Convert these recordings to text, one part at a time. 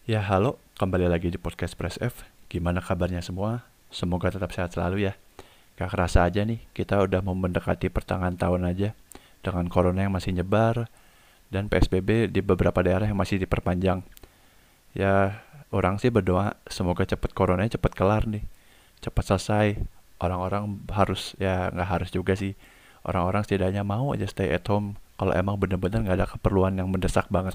Ya, halo, kembali lagi di podcast Press F. Gimana kabarnya semua? Semoga tetap sehat selalu ya. Gak kerasa aja nih, kita udah mau mendekati pertengahan tahun aja. Dengan corona yang masih nyebar, dan PSBB di beberapa daerah yang masih diperpanjang. Ya, orang sih berdoa semoga cepet coronanya cepet kelar nih. Cepet selesai. Orang-orang harus, ya nggak harus juga sih. Orang-orang setidaknya mau aja stay at home kalau emang bener-bener nggak ada keperluan yang mendesak banget.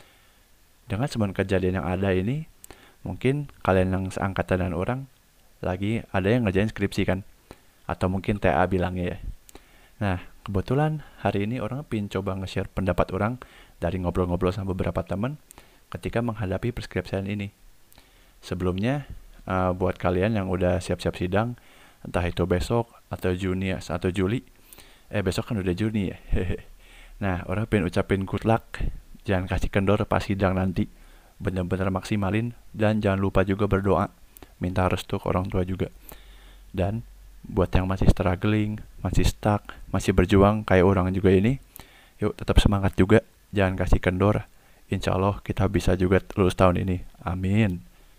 Dengan semua kejadian yang ada ini, mungkin kalian yang seangkatan dengan orang lagi ada yang ngerjain skripsi kan, atau mungkin TA bilangnya ya. Nah, kebetulan hari ini orang pin coba nge-share pendapat orang dari ngobrol-ngobrol sama beberapa teman ketika menghadapi perskripsian ini. Sebelumnya, buat kalian yang udah siap-siap sidang, entah itu besok atau Juni atau Juli, besok kan udah Juni ya. Nah, orang pengen ucapin good luck, jangan kasih kendor pas sidang nanti, bener-bener maksimalin, dan jangan lupa juga berdoa, minta restu ke orang tua juga. Dan buat yang masih struggling, masih stuck, masih berjuang kayak orang juga ini, yuk tetap semangat juga, jangan kasih kendor. Insya Allah kita bisa juga lulus tahun ini. Amin.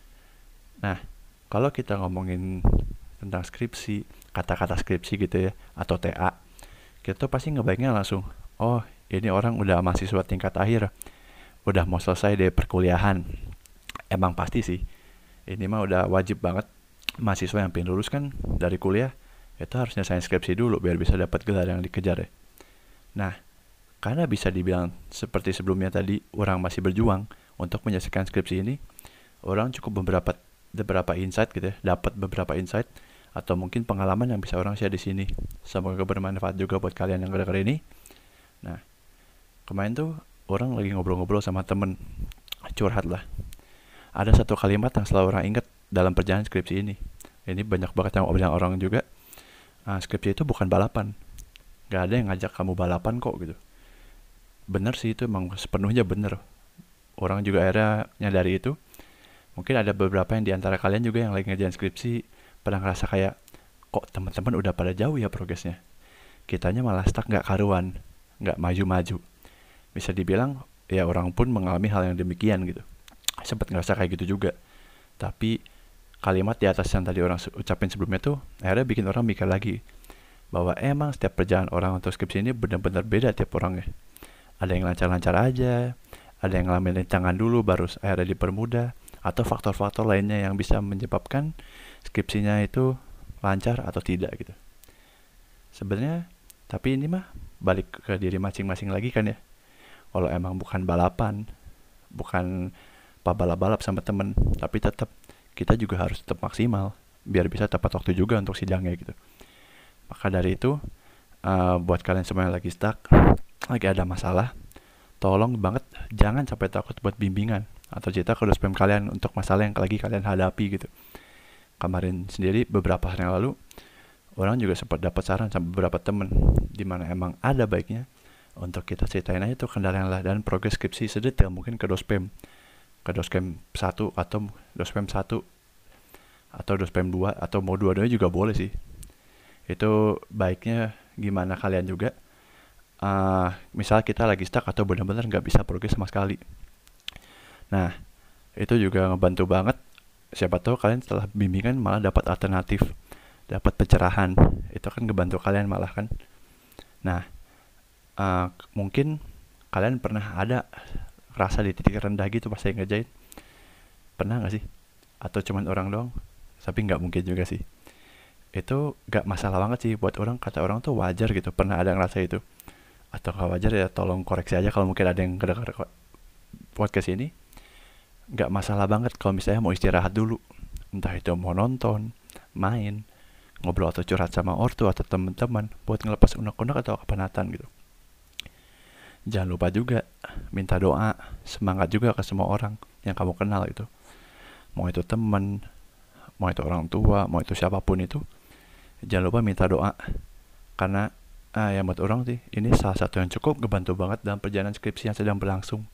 Nah, kalau kita ngomongin tentang skripsi, kata-kata skripsi gitu ya, atau TA, kita tuh pasti ngebaiknya langsung, oh ini orang udah mahasiswa tingkat akhir, udah mau selesai dari perkuliahan. Emang pasti sih, ini mah udah wajib banget mahasiswa yang pengen lulus kan dari kuliah itu harus nyelesain skripsi dulu biar bisa dapat gelar yang dikejar ya. Nah, karena bisa dibilang seperti sebelumnya tadi orang masih berjuang untuk menyelesaikan skripsi ini, orang cukup beberapa insight gitu ya, dapat beberapa insight atau mungkin pengalaman yang bisa orang share di sini. Semoga bermanfaat juga buat kalian yang dengar ini. Nah, kemarin tuh orang lagi ngobrol-ngobrol sama temen, curhat lah. Ada satu kalimat yang selalu orang ingat dalam perjalanan skripsi ini. Ini banyak banget yang obrolan orang juga. Skripsi itu bukan balapan. Gak ada yang ngajak kamu balapan kok gitu. Bener sih itu emang sepenuhnya bener. Orang juga akhirnya nyadari itu. Mungkin ada beberapa yang diantara kalian juga yang lagi ngerjain skripsi pernah ngerasa kayak kok teman-teman udah pada jauh ya progresnya. Kitanya malah stuck nggak karuan, nggak maju-maju. Bisa dibilang ya orang pun mengalami hal yang demikian gitu. Sempat ngerasa kayak gitu juga. Tapi kalimat di atas yang tadi orang ucapin sebelumnya tuh akhirnya bikin orang mikir lagi bahwa emang setiap perjalanan orang untuk skripsi ini benar-benar beda tiap orangnya. Ada yang lancar-lancar aja, ada yang ngalamin rintangan dulu baru akhirnya dipermudah, atau faktor-faktor lainnya yang bisa menyebabkan skripsinya itu lancar atau tidak gitu. Sebenarnya, tapi ini mah balik ke diri masing-masing lagi kan ya. Kalau emang bukan balapan, bukan balap-balap sama temen, tapi tetap kita juga harus tetap maksimal biar bisa tepat waktu juga untuk sidangnya gitu. Maka dari itu, buat kalian semua yang lagi stuck, lagi ada masalah, tolong banget jangan sampai takut buat bimbingan atau cerita ke dosen kalian untuk masalah yang lagi kalian hadapi gitu. Kemarin sendiri beberapa hari yang lalu, orang juga sempat dapat saran sama beberapa temen di mana emang ada baiknya untuk kita ceritain aja tuh kendala yang lah dan progres skripsi sedetail mungkin ke dospem satu atau dospem satu atau dospem 2 atau mau dua-duanya juga boleh sih. Itu baiknya gimana kalian juga. Misal kita lagi stuck atau benar-benar nggak bisa progres sama sekali. Nah, itu juga ngebantu banget. Siapa tahu kalian setelah bimbingan malah dapat alternatif, dapat pencerahan. Itu kan ngebantu kalian malah kan. Nah, mungkin kalian pernah ada rasa di titik rendah gitu pas saya ngerjain. Pernah nggak sih? Atau cuman orang doang? Tapi nggak mungkin juga sih. Itu nggak masalah banget sih buat orang. Kata orang tuh wajar gitu. Pernah ada ngerasa itu. Atau nggak wajar ya tolong koreksi aja kalau mungkin ada yang kedengar podcast ini. Nggak masalah banget kalau misalnya mau istirahat dulu. Entah itu mau nonton, main, ngobrol atau curhat sama ortu atau teman-teman buat ngelepas unek-unek atau kepenatan gitu. Jangan lupa juga minta doa, semangat juga ke semua orang yang kamu kenal itu. Mau itu teman, mau itu orang tua, mau itu siapapun itu. Jangan lupa minta doa. Karena yang buat orang sih, ini salah satu yang cukup ngebantu banget dalam perjalanan skripsi yang sedang berlangsung.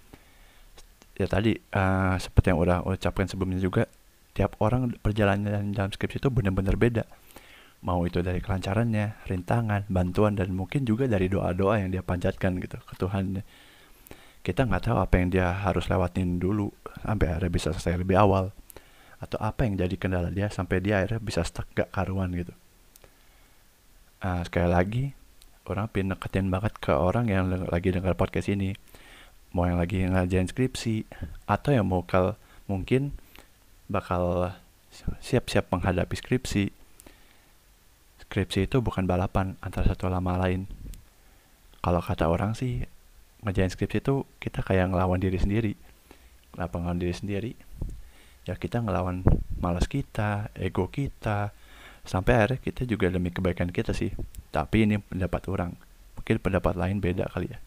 Ya tadi, seperti yang udah ucapkan sebelumnya juga, tiap orang perjalanan dalam skripsi itu benar-benar beda. Mau itu dari kelancarannya, rintangan, bantuan, dan mungkin juga dari doa-doa yang dia panjatkan gitu ke Tuhan. kita nggak tahu apa yang dia harus lewatin dulu sampai akhirnya bisa selesai lebih awal, atau apa yang jadi kendala dia sampai dia akhirnya bisa stuck gak karuan gitu. Sekali lagi, orang pengen neketin banget ke orang yang lagi dengar podcast ini, mau yang lagi ngajain skripsi atau yang mungkin bakal siap-siap menghadapi skripsi. Skripsi itu bukan balapan antara satu sama lain. Kalau kata orang sih, ngerjain skripsi itu kita kayak ngelawan diri sendiri. Kenapa ngelawan diri sendiri? Ya kita ngelawan malas kita, ego kita, sampai akhirnya kita juga demi kebaikan kita sih. Tapi ini pendapat orang, mungkin pendapat lain beda kali ya.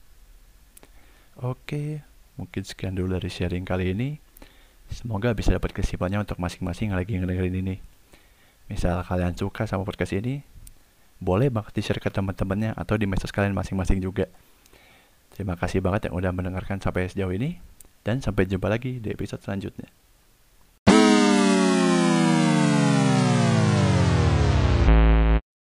Oke, mungkin sekian dulu dari sharing kali ini. Semoga bisa dapat kesimpulannya untuk masing-masing yang lagi ngedengerin ini. Misal kalian suka sama podcast ini, boleh banget di-share ke teman-temannya atau di medsos kalian masing-masing juga. Terima kasih banget yang udah mendengarkan sampai sejauh ini, dan sampai jumpa lagi di episode selanjutnya.